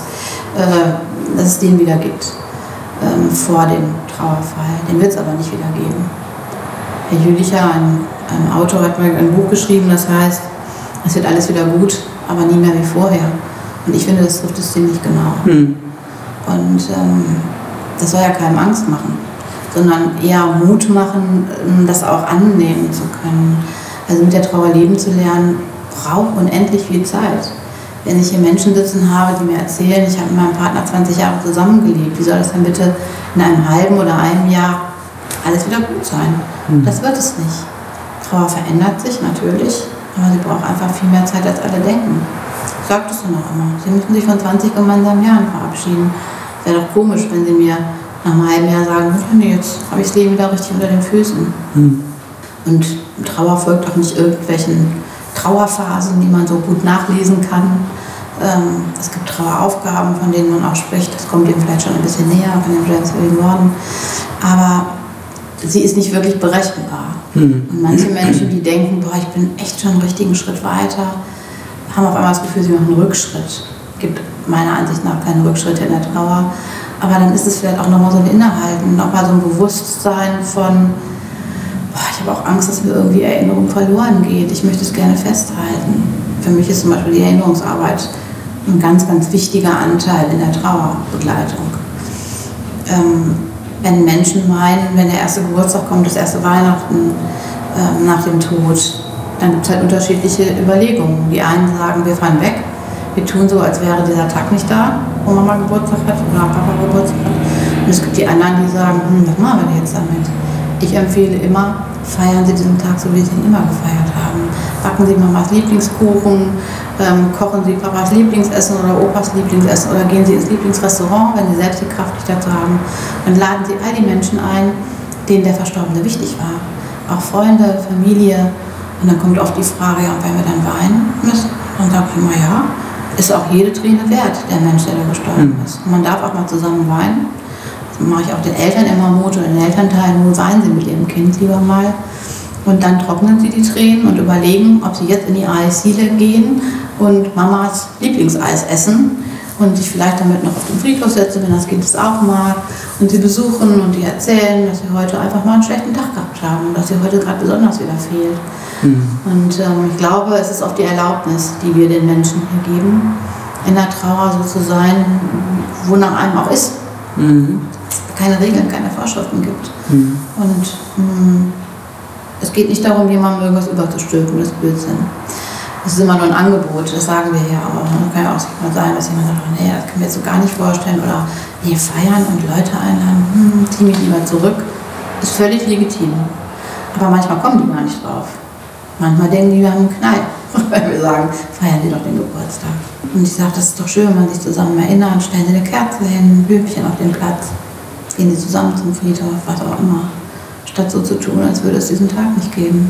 äh, dass es den wieder gibt ähm, vor dem Trauerfall. Den wird es aber nicht wieder geben. Herr Jülicher, ein, ein Autor, hat mal ein Buch geschrieben, das heißt, es wird alles wieder gut, aber nie mehr wie vorher. Und ich finde, das trifft es ziemlich genau. Hm. Und ähm, das soll ja keinem Angst machen, sondern eher Mut machen, das auch annehmen zu können. Also mit der Trauer leben zu lernen, braucht unendlich viel Zeit. Wenn ich hier Menschen sitzen habe, die mir erzählen, ich habe mit meinem Partner zwanzig Jahre zusammengelebt, wie soll das dann bitte in einem halben oder einem Jahr alles wieder gut sein? Mhm. Das wird es nicht. Trauer verändert sich natürlich, aber sie braucht einfach viel mehr Zeit, als alle denken. Ich sage das dann auch immer. Sie müssen sich von zwanzig gemeinsamen Jahren verabschieden. Wäre doch komisch, wenn Sie mir nach einem halben Jahr sagen, nee, jetzt habe ich das Leben wieder richtig unter den Füßen. Mhm. Und Trauer folgt auch nicht irgendwelchen Trauerphasen, die man so gut nachlesen kann. Ähm, es gibt Traueraufgaben, von denen man auch spricht. Das kommt Ihnen vielleicht schon ein bisschen näher von den Brainswilligen Worten. Aber sie ist nicht wirklich berechenbar. Mhm. Und manche Menschen, die denken, boah, ich bin echt schon einen richtigen Schritt weiter, haben auf einmal das Gefühl, sie machen einen Rückschritt. Es gibt meiner Ansicht nach keine Rückschritte in der Trauer. Aber dann ist es vielleicht auch nochmal so ein Innehalten, nochmal so ein Bewusstsein von, boah, ich habe auch Angst, dass mir irgendwie Erinnerung verloren geht. Ich möchte es gerne festhalten. Für mich ist zum Beispiel die Erinnerungsarbeit ein ganz, ganz wichtiger Anteil in der Trauerbegleitung. Ähm, wenn Menschen meinen, wenn der erste Geburtstag kommt, das erste Weihnachten ähm, nach dem Tod, dann gibt es halt unterschiedliche Überlegungen. Die einen sagen, wir fahren weg, wir tun so, als wäre dieser Tag nicht da, wo Mama Geburtstag hat oder Papa Geburtstag hat. Und es gibt die anderen, die sagen, hm, was machen wir jetzt damit? Ich empfehle immer, feiern Sie diesen Tag so, wie Sie ihn immer gefeiert haben. Backen Sie Mamas Lieblingskuchen, ähm, kochen Sie Papas Lieblingsessen oder Opas Lieblingsessen oder gehen Sie ins Lieblingsrestaurant, wenn Sie selbst die Kraft nicht dazu haben. Und laden Sie all die Menschen ein, denen der Verstorbene wichtig war. Auch Freunde, Familie. Und dann kommt oft die Frage, ja, wenn wir dann weinen müssen, dann sage ich immer, ja, ist auch jede Träne wert, der Mensch, der da gestorben ist. Und man darf auch mal zusammen weinen. Das mache ich auch den Eltern immer Mut oder den Elternteilen, wo weinen sie mit ihrem Kind lieber mal. Und dann trocknen sie die Tränen und überlegen, ob sie jetzt in die Eisdiele gehen und Mamas Lieblingseis essen und sich vielleicht damit noch auf den Friedhof setzen, wenn das Kind es auch mag, und sie besuchen und die erzählen, dass sie heute einfach mal einen schlechten Tag gehabt haben und dass sie heute gerade besonders wieder fehlt. Mhm. Und ähm, ich glaube, es ist auch die Erlaubnis, die wir den Menschen hier geben, in der Trauer so zu sein, wonach einem auch ist. Mhm. Es keine Regeln, keine Vorschriften gibt. Mhm. Und mh, es geht nicht darum, jemandem irgendwas überzustülpen, das ist Blödsinn. Das ist immer nur ein Angebot, das sagen wir ja auch. Es kann ja auch mal sein, dass jemand sagt, oh, nee, das können wir jetzt so gar nicht vorstellen. Oder nee, feiern und Leute einladen, hm, zieh mich lieber zurück. Ist völlig legitim. Aber manchmal kommen die gar nicht drauf. Manchmal denken die, wir haben einen Knall, weil wir sagen, feiern Sie doch den Geburtstag. Und ich sage, das ist doch schön, wenn man sich zusammen erinnert, stellen Sie eine Kerze hin, ein Blümchen auf den Platz, gehen Sie zusammen zum Friedhof, was auch immer. Statt so zu tun, als würde es diesen Tag nicht geben.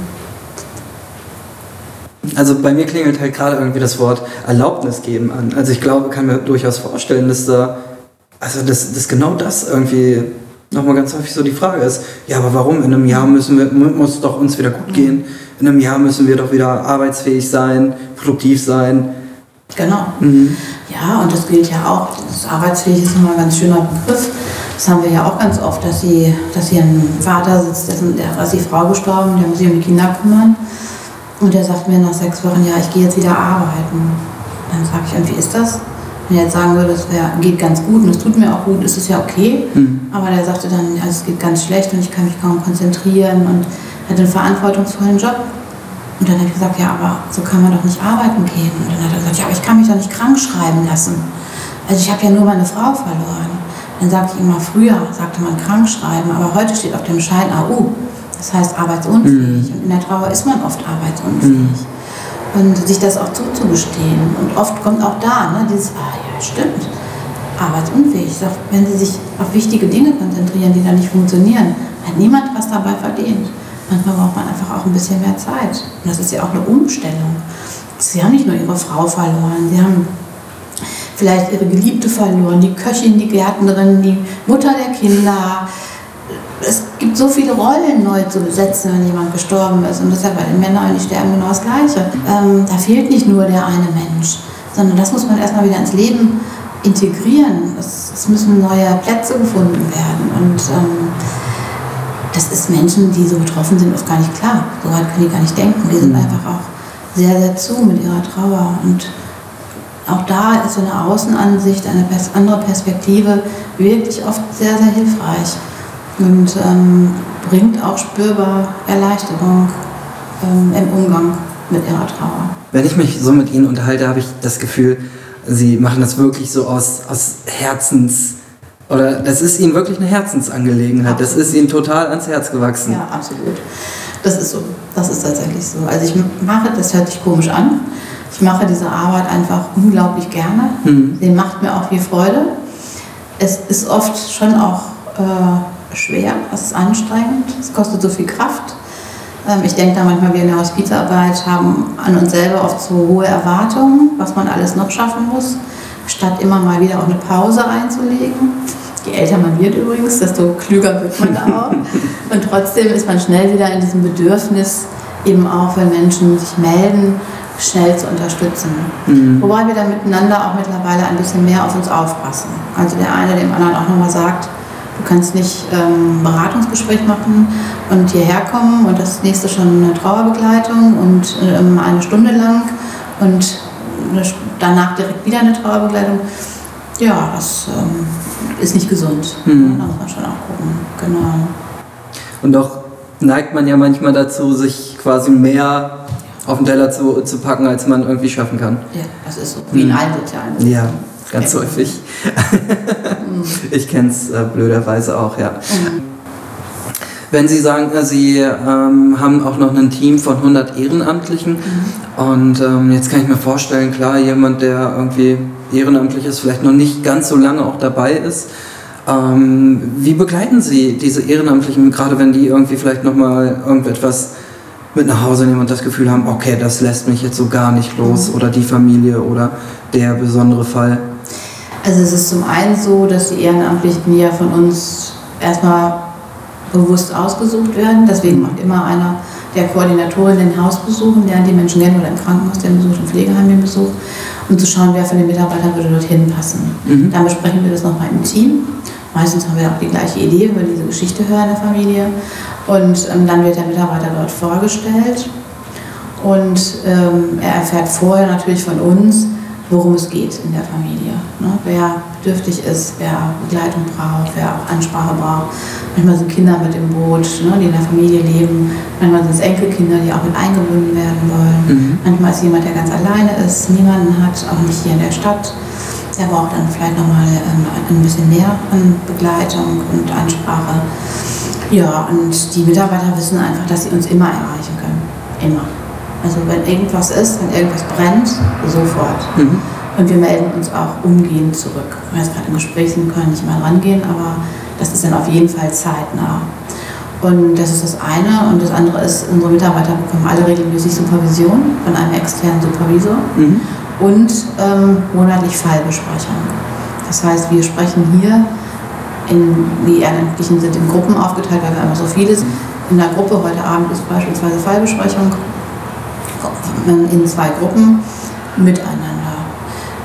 Also bei mir klingelt halt gerade irgendwie das Wort Erlaubnis geben an. Also ich glaube, kann mir durchaus vorstellen, dass da, also dass, dass genau das irgendwie nochmal ganz häufig so die Frage ist. Ja, aber warum? In einem Jahr müssen wir, muss es doch uns wieder gut gehen. In einem Jahr müssen wir doch wieder arbeitsfähig sein, produktiv sein. Genau. Mhm. Ja, und das gilt ja auch, das arbeitsfähig ist nochmal ein ganz schöner Begriff. Das haben wir ja auch ganz oft, dass, sie, dass hier ein Vater sitzt, dessen, der ist die Frau gestorben, der muss sich um die Kinder kümmern. Und der sagt mir nach sechs Wochen, ja, ich gehe jetzt wieder arbeiten. Dann sage ich, und wie ist das? Wenn er jetzt sagen würde, es wär, geht ganz gut und es tut mir auch gut, ist es ja okay. Mhm. Aber der sagte dann, ja, es geht ganz schlecht und ich kann mich kaum konzentrieren und hat einen verantwortungsvollen Job. Und dann habe ich gesagt, ja, aber so kann man doch nicht arbeiten gehen. Und dann hat er gesagt, ja, aber ich kann mich doch nicht krank schreiben lassen. Also ich habe ja nur meine Frau verloren. Dann sagte ich immer, früher sagte man krank schreiben, aber heute steht auf dem Schein A U. Das heißt arbeitsunfähig. Mhm. Und in der Trauer ist man oft arbeitsunfähig. Mhm. Und sich das auch zuzugestehen. Und oft kommt auch da, ne, dieses, ah ja, stimmt, arbeitsunfähig. Ich sag, wenn Sie sich auf wichtige Dinge konzentrieren, die dann nicht funktionieren, hat niemand was dabei verdient. Manchmal braucht man einfach auch ein bisschen mehr Zeit. Und das ist ja auch eine Umstellung. Sie haben nicht nur Ihre Frau verloren, Sie haben vielleicht Ihre Geliebte verloren, die Köchin, die Gärtnerin, die Mutter der Kinder. Es gibt so viele Rollen neu zu besetzen, wenn jemand gestorben ist. Und das ist ja bei den Männern, die sterben, genau das Gleiche. Ähm, da fehlt nicht nur der eine Mensch, sondern das muss man erstmal wieder ins Leben integrieren. Es, es müssen neue Plätze gefunden werden. Und ähm, das ist Menschen, die so betroffen sind, oft gar nicht klar. So weit können die gar nicht denken. Die sind einfach auch sehr, sehr zu mit ihrer Trauer. Und auch da ist so eine Außenansicht, eine andere Perspektive wirklich oft sehr, sehr hilfreich. Und ähm, bringt auch spürbar Erleichterung ähm, im Umgang mit ihrer Trauer. Wenn ich mich so mit Ihnen unterhalte, habe ich das Gefühl, Sie machen das wirklich so aus, aus Herzens... Oder das ist Ihnen wirklich eine Herzensangelegenheit. Absolut. Das ist Ihnen total ans Herz gewachsen. Ja, absolut. Das ist so. Das ist tatsächlich so. Also ich mache, das hört sich komisch an, ich mache diese Arbeit einfach unglaublich gerne. Mhm. Sie macht mir auch viel Freude. Es ist oft schon auch äh, schwer, es ist anstrengend, es kostet so viel Kraft. Ähm, ich denke da manchmal, wir in der Hospizarbeit haben an uns selber oft so hohe Erwartungen, was man alles noch schaffen muss, statt immer mal wieder auch eine Pause einzulegen. Je älter man wird übrigens, desto klüger wird man da auch. Und trotzdem ist man schnell wieder in diesem Bedürfnis, eben auch, wenn Menschen sich melden, schnell zu unterstützen. Mhm. Wobei wir da miteinander auch mittlerweile ein bisschen mehr auf uns aufpassen. Also der eine dem anderen auch nochmal sagt, du kannst nicht ähm, ein Beratungsgespräch machen und hierher kommen und das nächste schon eine Trauerbegleitung und ähm, eine Stunde lang und danach direkt wieder eine Trauerbegleitung. Ja, das ähm, ist nicht gesund. Mhm. Da muss man schon auch gucken. Genau. Und auch neigt man ja manchmal dazu, sich quasi mehr auf den Teller zu, zu packen, als man irgendwie schaffen kann. Ja, das ist so. Wie in allen sozialen Berufen. Ja, ganz häufig. Ich kenne es äh, blöderweise auch, ja. Mhm. Wenn Sie sagen, Sie ähm, haben auch noch ein Team von hundert Ehrenamtlichen mhm. und ähm, jetzt kann ich mir vorstellen, klar, jemand, der irgendwie ehrenamtlich ist, vielleicht noch nicht ganz so lange auch dabei ist. Ähm, wie begleiten Sie diese Ehrenamtlichen, gerade wenn die irgendwie vielleicht nochmal irgendetwas mit nach Hause nehmen und das Gefühl haben, okay, das lässt mich jetzt so gar nicht los mhm. oder die Familie oder der besondere Fall? Also es ist zum einen so, dass die Ehrenamtlichen ja von uns erstmal bewusst ausgesucht werden. Deswegen macht immer einer der Koordinatorin den Hausbesuch, lernt die Menschen kennen oder im Krankenhaus den Besuch, im Pflegeheim den Besuch, um zu schauen, wer von den Mitarbeitern würde dorthin passen. Mhm. Dann besprechen wir das nochmal im Team. Meistens haben wir auch die gleiche Idee über diese Geschichte hören der Familie. Und ähm, dann wird der Mitarbeiter dort vorgestellt. Und ähm, er erfährt vorher natürlich von uns, worum es geht in der Familie. Ne? Wer bedürftig ist, wer Begleitung braucht, wer auch Ansprache braucht. Manchmal sind Kinder mit im Boot, ne, die in der Familie leben. Manchmal sind es Enkelkinder, die auch mit eingebunden werden wollen. Mhm. Manchmal ist jemand, der ganz alleine ist, niemanden hat, auch nicht hier in der Stadt. Der braucht dann vielleicht nochmal ähm, ein bisschen mehr an Begleitung und Ansprache. Ja, und die Mitarbeiter wissen einfach, dass sie uns immer erreichen können. Immer. Also wenn irgendwas ist, wenn irgendwas brennt, sofort. Mhm. Und wir melden uns auch umgehend zurück. Wenn wir jetzt gerade im Gespräch sind, können nicht mal rangehen, aber das ist dann auf jeden Fall zeitnah. Und das ist das eine. Und das andere ist, unsere Mitarbeiter bekommen alle regelmäßig Supervision von einem externen Supervisor mhm. und ähm, monatlich Fallbesprechung. Das heißt, wir sprechen hier, in, die Ehrenamtlichen sind in Gruppen aufgeteilt, weil wir immer so viele sind. In der Gruppe, heute Abend ist beispielsweise Fallbesprechung, in zwei Gruppen miteinander.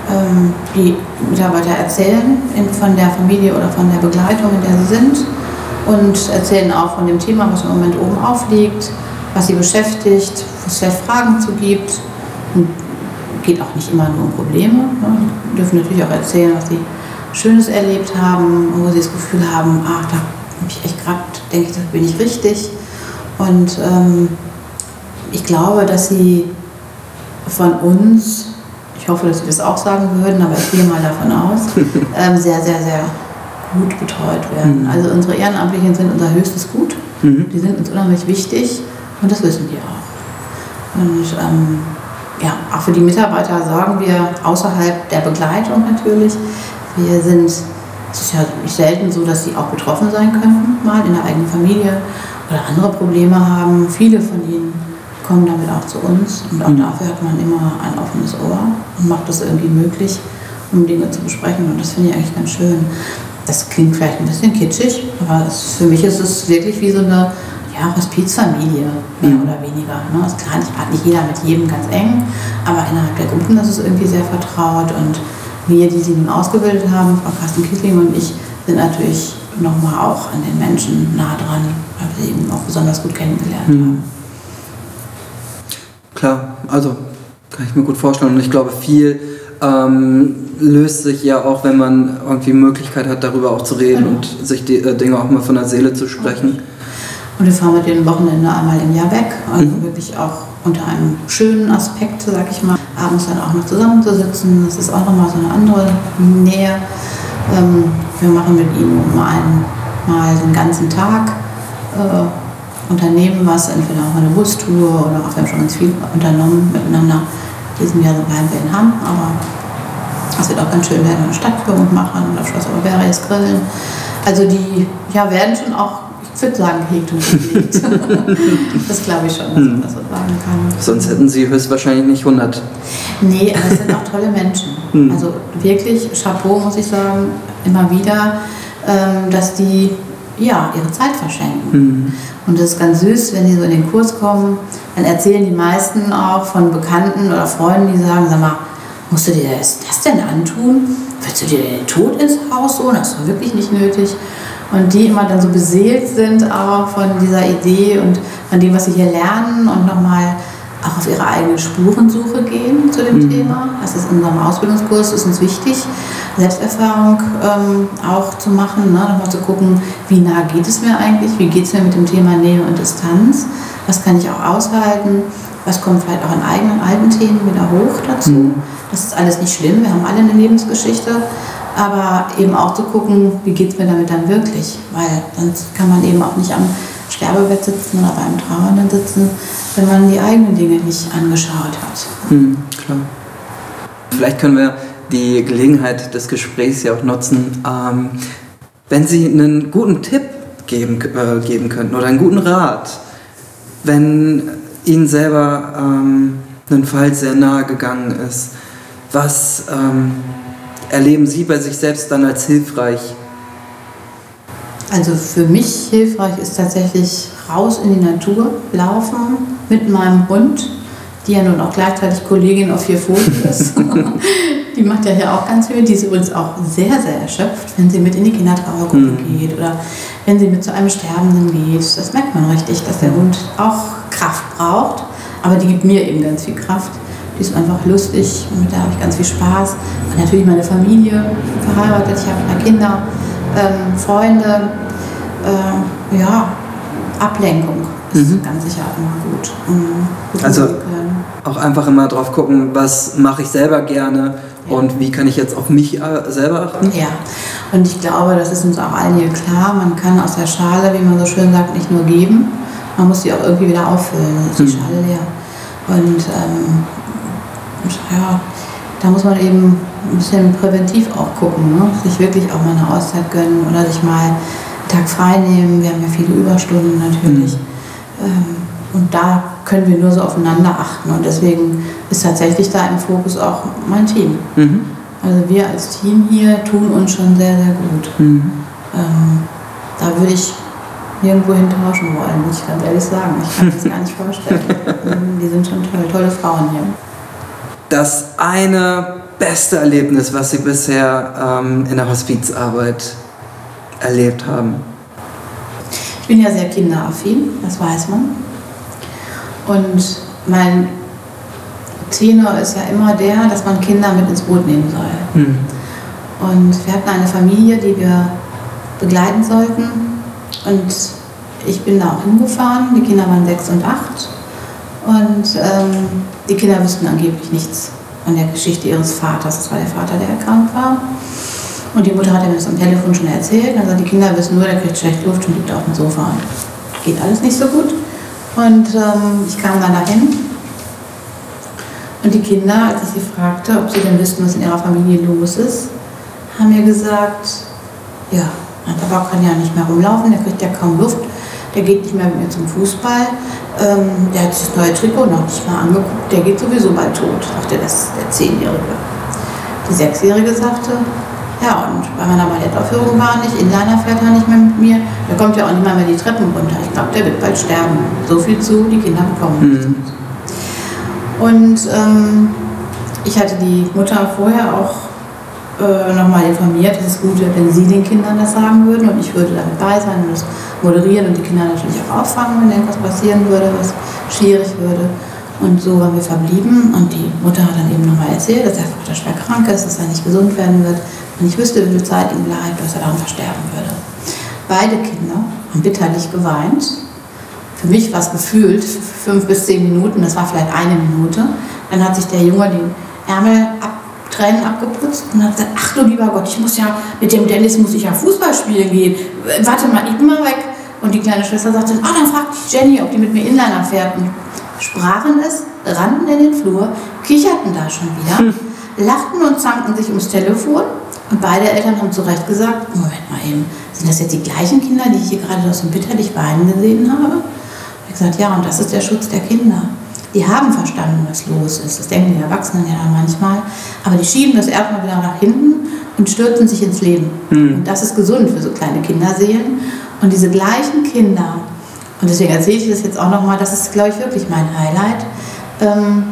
ähm, die Mitarbeiter erzählen in, von der Familie oder von der Begleitung, in der sie sind, und erzählen auch von dem Thema, was im Moment oben aufliegt, was sie beschäftigt, wo es vielleicht Fragen zu gibt. Und geht auch nicht immer nur um Probleme. Ne? Die dürfen natürlich auch erzählen, was sie Schönes erlebt haben, wo sie das Gefühl haben, ach, da habe ich echt gerade, denke ich, da bin ich richtig. Und ähm, ich glaube, dass sie von uns, ich hoffe, dass sie das auch sagen würden, aber ich gehe mal davon aus, ähm, sehr, sehr, sehr gut betreut werden. Mhm. Also unsere Ehrenamtlichen sind unser höchstes Gut. Mhm. Die sind uns unheimlich wichtig und das wissen die auch. Und ähm, ja, auch für die Mitarbeiter sorgen wir außerhalb der Begleitung natürlich. Wir sind, es ist ja nicht selten so, dass sie auch betroffen sein könnten, mal in der eigenen Familie oder andere Probleme haben. Viele von ihnen kommen damit auch zu uns und auch dafür hat man immer ein offenes Ohr und macht das irgendwie möglich, um Dinge zu besprechen, und das finde ich eigentlich ganz schön. Das klingt vielleicht ein bisschen kitschig, aber es, für mich ist es wirklich wie so eine ja, Hospizfamilie, mehr mhm. oder weniger. Ne? Das ist klar, nicht, hat nicht jeder mit jedem ganz eng, aber innerhalb der Gruppen ist es irgendwie sehr vertraut, und wir, die sie nun ausgebildet haben, Frau Carsten Kittling und ich, sind natürlich nochmal auch an den Menschen nah dran, weil wir sie eben auch besonders gut kennengelernt mhm. haben. Klar, also kann ich mir gut vorstellen, und ich glaube, viel ähm, löst sich ja auch, wenn man irgendwie Möglichkeit hat, darüber auch zu reden genau. und sich die äh, Dinge auch mal von der Seele zu sprechen. Und wir fahren mit dem Wochenende einmal im Jahr weg, also mhm. wirklich auch unter einem schönen Aspekt, sag ich mal, abends dann auch noch zusammenzusitzen. Das ist auch nochmal so eine andere Nähe. Ähm, wir machen mit ihnen mal, einen, mal den ganzen Tag, äh, unternehmen was, entweder auch eine Bustour oder auch, wir haben schon ganz viel unternommen miteinander. Diesem Jahr bleiben wir in Hamm, aber es wird auch ganz schön werden, eine Stadtführung machen oder Schloss Oberberries grillen. Also die ja, werden schon auch, ich würde sagen, gehegt und gepflegt. Das glaube ich schon, dass man das so sagen kann. Sonst hätten Sie höchstwahrscheinlich nicht hundert. Nee, aber es sind auch tolle Menschen. Hm. Also wirklich, Chapeau, muss ich sagen, immer wieder, ähm, dass die ja, ihre Zeit verschenken. Hm. Und das ist ganz süß, wenn die so in den Kurs kommen, dann erzählen die meisten auch von Bekannten oder Freunden, die sagen, sag mal, musst du dir das, das denn antun? Willst du dir den Tod ins Haus holen? Das ist doch wirklich nicht nötig. Und die immer dann so beseelt sind auch von dieser Idee und von dem, was sie hier lernen, und nochmal auch auf ihre eigene Spurensuche gehen zu dem mhm. Thema. Das ist in unserem Ausbildungskurs, ist uns wichtig, Selbsterfahrung ähm, auch zu machen, ne? Nochmal zu gucken, wie nah geht es mir eigentlich, wie geht es mir mit dem Thema Nähe und Distanz, was kann ich auch aushalten, was kommt vielleicht auch in eigenen alten Themen wieder hoch dazu. Mhm. Das ist alles nicht schlimm, wir haben alle eine Lebensgeschichte, aber eben auch zu gucken, wie geht es mir damit dann wirklich, weil sonst kann man eben auch nicht am Sterbebett sitzen oder beim Trauernden sitzen, wenn man die eigenen Dinge nicht angeschaut hat. Mhm, klar. Vielleicht können wir die Gelegenheit des Gesprächs ja auch nutzen, ähm, wenn Sie einen guten Tipp geben, äh, geben könnten oder einen guten Rat, wenn Ihnen selber ähm, ein Fall sehr nahe gegangen ist. Was ähm, erleben Sie bei sich selbst dann als hilfreich? Also für mich hilfreich ist tatsächlich raus in die Natur, laufen mit meinem Hund, die ja nun auch gleichzeitig Kollegin auf vier Pfoten ist. Die macht ja hier auch ganz viel. Die ist übrigens auch sehr, sehr erschöpft, wenn sie mit in die Kindertrauergruppe mhm. geht oder wenn sie mit zu einem Sterbenden geht. Das merkt man richtig, dass der Hund auch Kraft braucht, aber die gibt mir eben ganz viel Kraft. Die ist einfach lustig und mit der habe ich ganz viel Spaß. Und natürlich meine Familie, verheiratet, ich habe drei Kinder, ähm, Freunde, äh, ja, Ablenkung ist mhm. ganz sicher immer gut. Um also auch einfach immer drauf gucken, was mache ich selber gerne ja. und wie kann ich jetzt auf mich selber achten? Ja, und ich glaube, das ist uns auch allen hier klar, man kann aus der Schale, wie man so schön sagt, nicht nur geben, man muss sie auch irgendwie wieder auffüllen, dann ist die mhm. Schale leer. Und ähm, ja, da muss man eben ein bisschen präventiv auch gucken, ne? Sich wirklich auch mal eine Auszeit gönnen oder sich mal einen Tag frei nehmen. Wir haben ja viele Überstunden natürlich. Mhm. Ähm, und da können wir nur so aufeinander achten. Und deswegen ist tatsächlich da im Fokus auch mein Team. Mhm. Also wir als Team hier tun uns schon sehr, sehr gut. Mhm. Ähm, da würde ich nirgendwo tauschen wollen, muss ich ganz ehrlich sagen. Ich kann mir das gar nicht vorstellen. Die sind schon toll, tolle Frauen hier. Das eine beste Erlebnis, was Sie bisher ähm, in der Hospizarbeit erlebt haben? Ich bin ja sehr kinderaffin, das weiß man. Und mein Tenor ist ja immer der, dass man Kinder mit ins Boot nehmen soll. Hm. Und wir hatten eine Familie, die wir begleiten sollten. Und ich bin da auch hingefahren. Die Kinder waren sechs und acht. Und ähm, die Kinder wussten angeblich nichts von der Geschichte ihres Vaters. Das war der Vater, der erkrankt war. Und die Mutter hat mir das am Telefon schon erzählt. Also die Kinder wissen nur, der kriegt schlecht Luft und liegt auf dem Sofa. Geht alles nicht so gut. Und ähm, ich kam dann dahin. Und die Kinder, als ich sie fragte, ob sie denn wüssten, was in ihrer Familie los ist, haben mir gesagt, ja, mein Papa kann ja nicht mehr rumlaufen, der kriegt ja kaum Luft, der geht nicht mehr mit mir zum Fußball, ähm, der hat sich das neue Trikot noch nicht mal angeguckt, der geht sowieso bald tot, sagte das, der Zehnjährige. Die Sechsjährige sagte, ja, und bei meiner Ballettaufführung war er nicht, Inliner fährt er nicht mehr mit mir, der kommt ja auch nicht mal mehr die Treppen runter, ich glaube, der wird bald sterben. So viel zu, die Kinder bekommen nichts Mhm. mit. Und ähm, ich hatte die Mutter vorher auch äh, nochmal informiert, dass es gut wäre, wenn sie den Kindern das sagen würden und ich würde damit bei sein und das moderieren und die Kinder natürlich auch auffangen, wenn irgendwas passieren würde, was schwierig würde. Und so waren wir verblieben und die Mutter hat dann eben nochmal erzählt, dass der Vater schwer krank ist, dass er nicht gesund werden wird und ich wüsste, wie viel Zeit ihm bleibt, dass er daran versterben würde. Beide Kinder haben bitterlich geweint. Für mich war es gefühlt fünf bis zehn Minuten, das war vielleicht eine Minute. Dann hat sich der Junge den Ärmel ab, Tränen abgeputzt und hat gesagt, ach du lieber Gott, ich muss ja, mit dem Dennis muss ich ja Fußball spielen gehen. Warte mal, ich bin mal weg. Und die kleine Schwester sagte, ah, dann fragt ich Jenny, ob die mit mir Inliner fährt. Und sprachen es, rannten in den Flur, kicherten da schon wieder, hm. lachten und zankten sich ums Telefon. Und beide Eltern haben zu Recht gesagt, Moment mal eben, sind das jetzt die gleichen Kinder, die ich hier gerade so bitterlich weinen gesehen habe? Ich habe gesagt, ja, und das ist der Schutz der Kinder. Die haben verstanden, was los ist. Das denken die Erwachsenen ja dann manchmal. Aber die schieben das erstmal wieder nach hinten und stürzen sich ins Leben. Mhm. Und das ist gesund für so kleine Kinderseelen. Und diese gleichen Kinder, und deswegen erzähle ich das jetzt auch nochmal, das ist, glaube ich, wirklich mein Highlight. Ähm,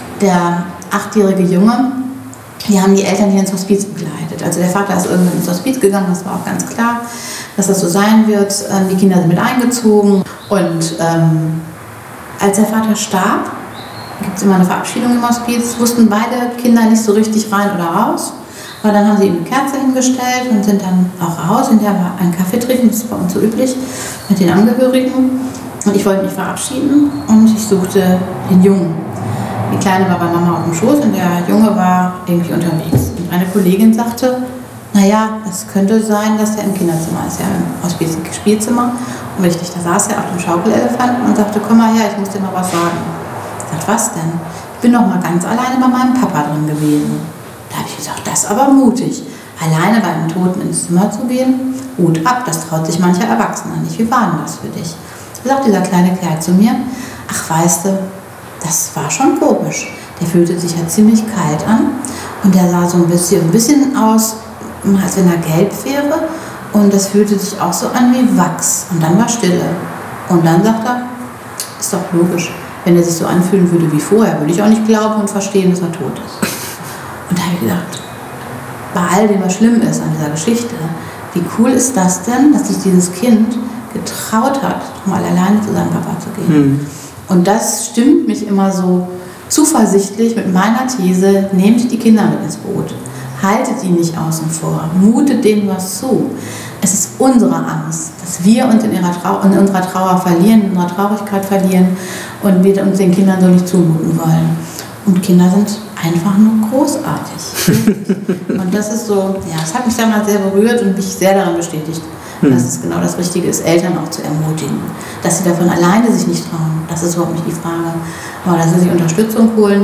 der achtjährige Junge, die haben die Eltern hier ins Hospiz begleitet. Also der Vater ist irgendwann ins Hospiz gegangen, das war auch ganz klar, dass das so sein wird. Die Kinder sind mit eingezogen und ähm, als der Vater starb, gibt es immer eine Verabschiedung im Hospiz, wussten beide Kinder nicht so richtig rein oder raus. Aber dann haben sie ihm eine Kerze hingestellt und sind dann auch raus. Hinterher war ein Kaffee trinken, das ist bei uns so üblich, mit den Angehörigen. Und ich wollte mich verabschieden und ich suchte den Jungen. Die Kleine war bei Mama auf dem Schoß und der Junge war irgendwie unterwegs. Und eine Kollegin sagte, naja, es könnte sein, dass er im Kinderzimmer ist, ja im Hospiz im Spielzimmer. Und richtig, da saß er auf dem Schaukelelefanten und sagte, komm mal her, ich muss dir mal was sagen. Ich sagte, was denn? Ich bin noch mal ganz alleine bei meinem Papa drin gewesen. Da habe ich gesagt, das ist aber mutig. Alleine bei einem Toten ins Zimmer zu gehen, Hut ab, das traut sich mancher Erwachsener nicht. Wie war denn das für dich? Da sagt dieser kleine Kerl zu mir, ach weißt du, das war schon komisch. Der fühlte sich ja ziemlich kalt an und der sah so ein bisschen, ein bisschen aus, als wenn er gelb wäre und das fühlte sich auch so an wie Wachs und dann war Stille. Und dann sagt er, ist doch logisch, wenn er sich so anfühlen würde wie vorher, würde ich auch nicht glauben und verstehen, dass er tot ist. Und da habe ich gedacht, bei all dem, was schlimm ist an dieser Geschichte, wie cool ist das denn, dass sich dieses Kind getraut hat, mal alleine zu seinem Papa zu gehen. Hm. Und das stimmt mich immer so zuversichtlich mit meiner These, nehmt die Kinder mit ins Boot. Haltet die nicht außen vor, mutet denen was zu. Es ist unsere Angst, dass wir uns in, ihrer Trau- in unserer Trauer verlieren, in unserer Traurigkeit verlieren und wir uns den Kindern so nicht zumuten wollen. Und Kinder sind einfach nur großartig. Und das ist so, ja, es hat mich damals sehr berührt und mich sehr daran bestätigt, hm. dass es genau das Richtige ist, Eltern auch zu ermutigen. Dass sie davon alleine sich nicht trauen, das ist überhaupt nicht die Frage. Aber dass sie sich Unterstützung holen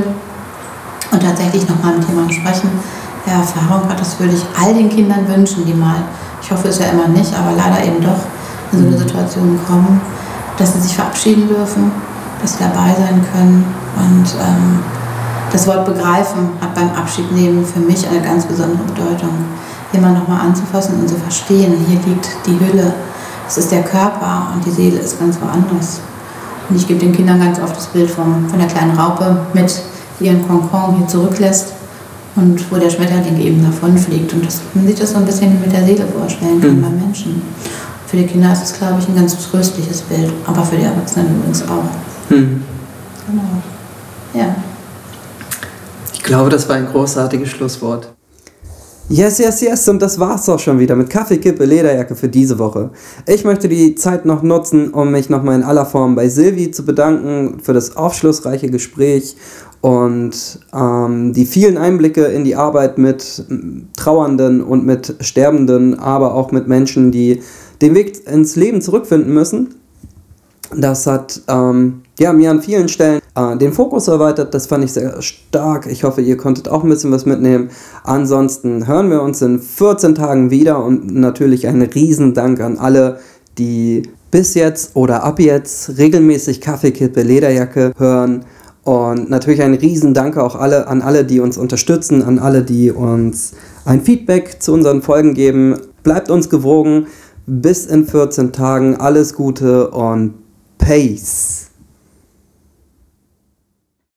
und tatsächlich nochmal mit jemandem sprechen, der Erfahrung hat, das würde ich all den Kindern wünschen, die mal, ich hoffe es ja immer nicht, aber leider eben doch in so eine Situation kommen, dass sie sich verabschieden dürfen, dass sie dabei sein können. Und ähm, das Wort begreifen hat beim Abschiednehmen für mich eine ganz besondere Bedeutung. Jemanden nochmal anzufassen und zu verstehen, hier liegt die Hülle, es ist der Körper und die Seele ist ganz woanders. Und ich gebe den Kindern ganz oft das Bild vom, von der kleinen Raupe mit, die ihren Kokon hier zurücklässt und wo der Schmetterling eben davonfliegt und dass man sich das so ein bisschen mit der Seele vorstellen kann mhm. bei Menschen. Für die Kinder ist es, glaube ich, ein ganz tröstliches Bild, aber für die Erwachsenen übrigens auch. Mhm. Genau. Ja. Ich glaube, das war ein großartiges Schlusswort. Yes, yes, yes, und das war's auch schon wieder mit Kaffee, Kippe, Lederjacke für diese Woche. Ich möchte die Zeit noch nutzen, um mich nochmal in aller Form bei Silvi zu bedanken für das aufschlussreiche Gespräch und ähm, die vielen Einblicke in die Arbeit mit Trauernden und mit Sterbenden, aber auch mit Menschen, die den Weg ins Leben zurückfinden müssen. Das hat ähm, ja, mir an vielen Stellen äh, den Fokus erweitert, das fand ich sehr stark. Ich hoffe, ihr konntet auch ein bisschen was mitnehmen. Ansonsten hören wir uns in vierzehn Tagen wieder und natürlich einen Riesendank an alle, die bis jetzt oder ab jetzt regelmäßig Kaffee, Kippe, Lederjacke hören. Und natürlich ein Riesendank auch alle, an alle, die uns unterstützen, an alle, die uns ein Feedback zu unseren Folgen geben. Bleibt uns gewogen. Bis in vierzehn Tagen. Alles Gute und Peace.